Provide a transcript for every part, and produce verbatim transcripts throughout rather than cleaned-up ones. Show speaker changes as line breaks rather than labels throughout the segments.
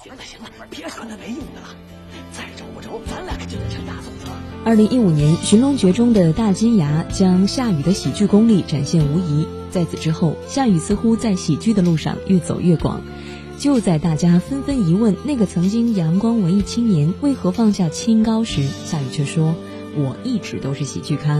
行了行了，别说那没用的了，再找不着，咱俩可就得成大粽子了。
二零一五年，《寻龙诀》中的大金牙将夏雨的喜剧功力展现无疑。在此之后，夏雨似乎在喜剧的路上越走越广。就在大家纷纷疑问那个曾经阳光文艺青年为何放下清高时，夏雨却说：“我一直都是喜剧咖。”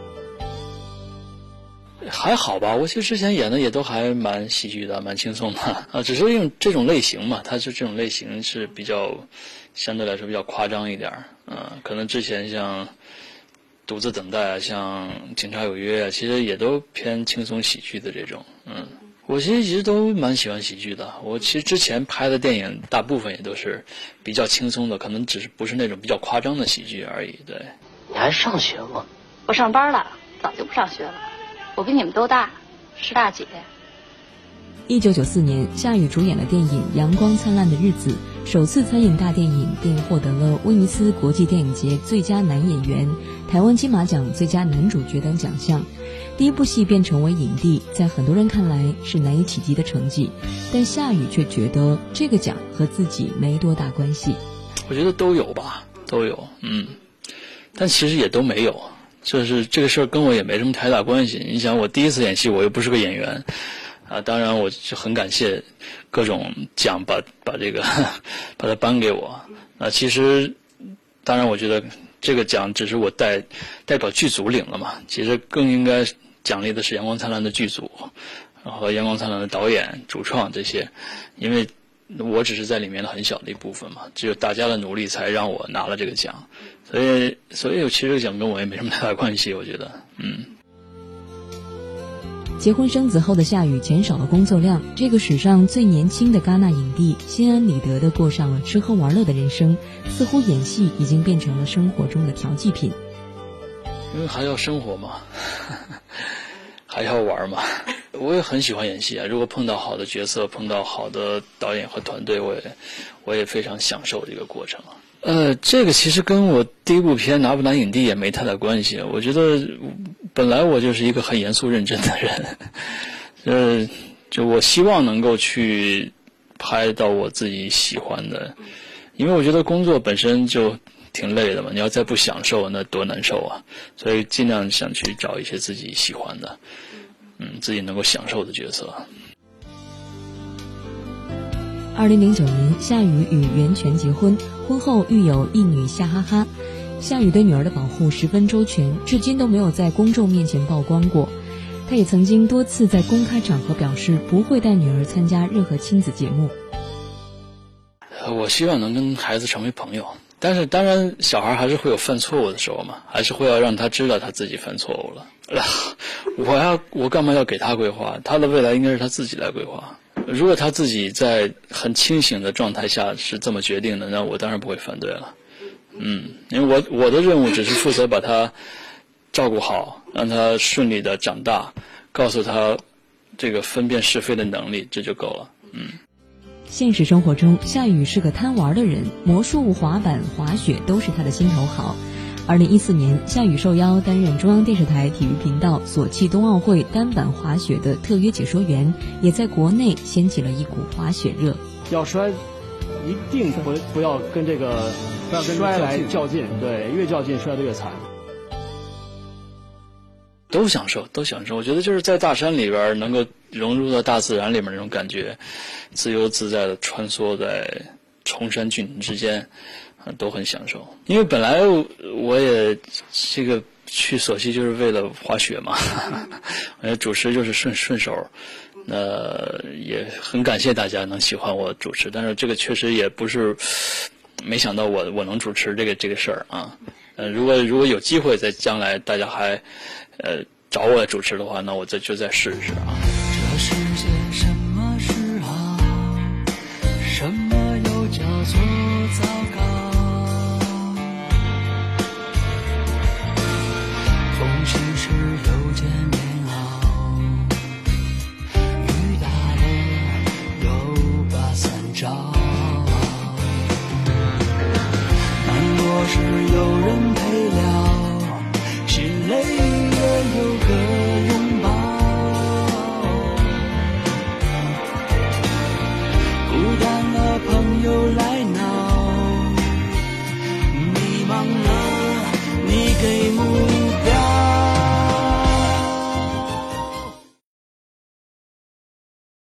还好吧，我其实之前演的也都还蛮喜剧的，蛮轻松的啊。只是用这种类型嘛，它就这种类型是比较相对来说比较夸张一点，嗯、呃，可能之前像独自等待啊，像警察有约啊，其实也都偏轻松喜剧的这种，嗯。我其实一直都蛮喜欢喜剧的，我其实之前拍的电影大部分也都是比较轻松的，可能只是不是那种比较夸张的喜剧而已。对，
你还上学吗？
我上班了，早就不上学了。我比你们都大，是大姐。
一九九四年，夏雨主演了电影《阳光灿烂的日子》，首次参演大电影，并获得了威尼斯国际电影节最佳男演员、台湾金马奖最佳男主角等奖项。第一部戏便成为影帝，在很多人看来是难以企及的成绩，但夏雨却觉得这个奖和自己没多大关系。
我觉得都有吧，都有，嗯，但其实也都没有，就是这个事儿跟我也没什么太大关系。你想，我第一次演戏，我又不是个演员，啊，当然我就很感谢各种奖把把这个把它颁给我。那其实，当然我觉得这个奖只是我代代表剧组领了嘛，其实更应该奖励的是阳光灿烂的剧组和阳光灿烂的导演、主创这些，因为我只是在里面的很小的一部分嘛，只有大家的努力才让我拿了这个奖，所以所以其实这个奖跟我也没什么太大关系，我觉得，嗯。
结婚生子后的夏雨减少了工作量，这个史上最年轻的戛纳影帝心安理得地过上了吃喝玩乐的人生，似乎演戏已经变成了生活中的调剂品。
因为还要生活嘛，还要玩嘛。我也很喜欢演戏啊，如果碰到好的角色，碰到好的导演和团队，我也我也非常享受这个过程。呃，这个其实跟我第一部片拿不拿影帝也没太大关系。我觉得本来我就是一个很严肃认真的人，呃，就我希望能够去拍到我自己喜欢的，因为我觉得工作本身就挺累的嘛，你要再不享受那多难受啊，所以尽量想去找一些自己喜欢的，嗯，自己能够享受的角色。
二零零九年，夏雨与袁泉结婚，婚后育有一女夏哈哈。夏雨对女儿的保护十分周全，至今都没有在公众面前曝光过。她也曾经多次在公开场合表示不会带女儿参加任何亲子节目。
我希望能跟孩子成为朋友，但是当然小孩还是会有犯错误的时候嘛，还是会要让他知道他自己犯错误了。我要我干嘛要给他规划？他的未来应该是他自己来规划。如果他自己在很清醒的状态下是这么决定的，那我当然不会反对了。嗯，因为我我的任务只是负责把他照顾好，让他顺利的长大，告诉他这个分辨是非的能力，这就够了。嗯。
现实生活中，夏雨是个贪玩的人，魔术、滑板、滑雪都是他的心头好。二零一四年，夏雨受邀担任中央电视台体育频道索契冬奥会单板滑雪的特约解说员，也在国内掀起了一股滑雪热。
要摔，一定不不要跟这个摔来较劲，对，越较劲摔得越惨。
都享受，都享受。我觉得就是在大山里边能够融入到大自然里面那种感觉，自由自在的穿梭在崇山峻岭之间，啊，都很享受。因为本来我也这个去索契就是为了滑雪嘛，我觉得主持就是顺顺手。那也很感谢大家能喜欢我主持，但是这个确实也不是没想到我我能主持这个这个事儿啊。呃，如果如果有机会在将来大家还呃找我主持的话，那我再就再试试啊。
这世界什么是好，什么又叫做糟糕？同心是有见面熬，雨大了又把伞照，难过是有人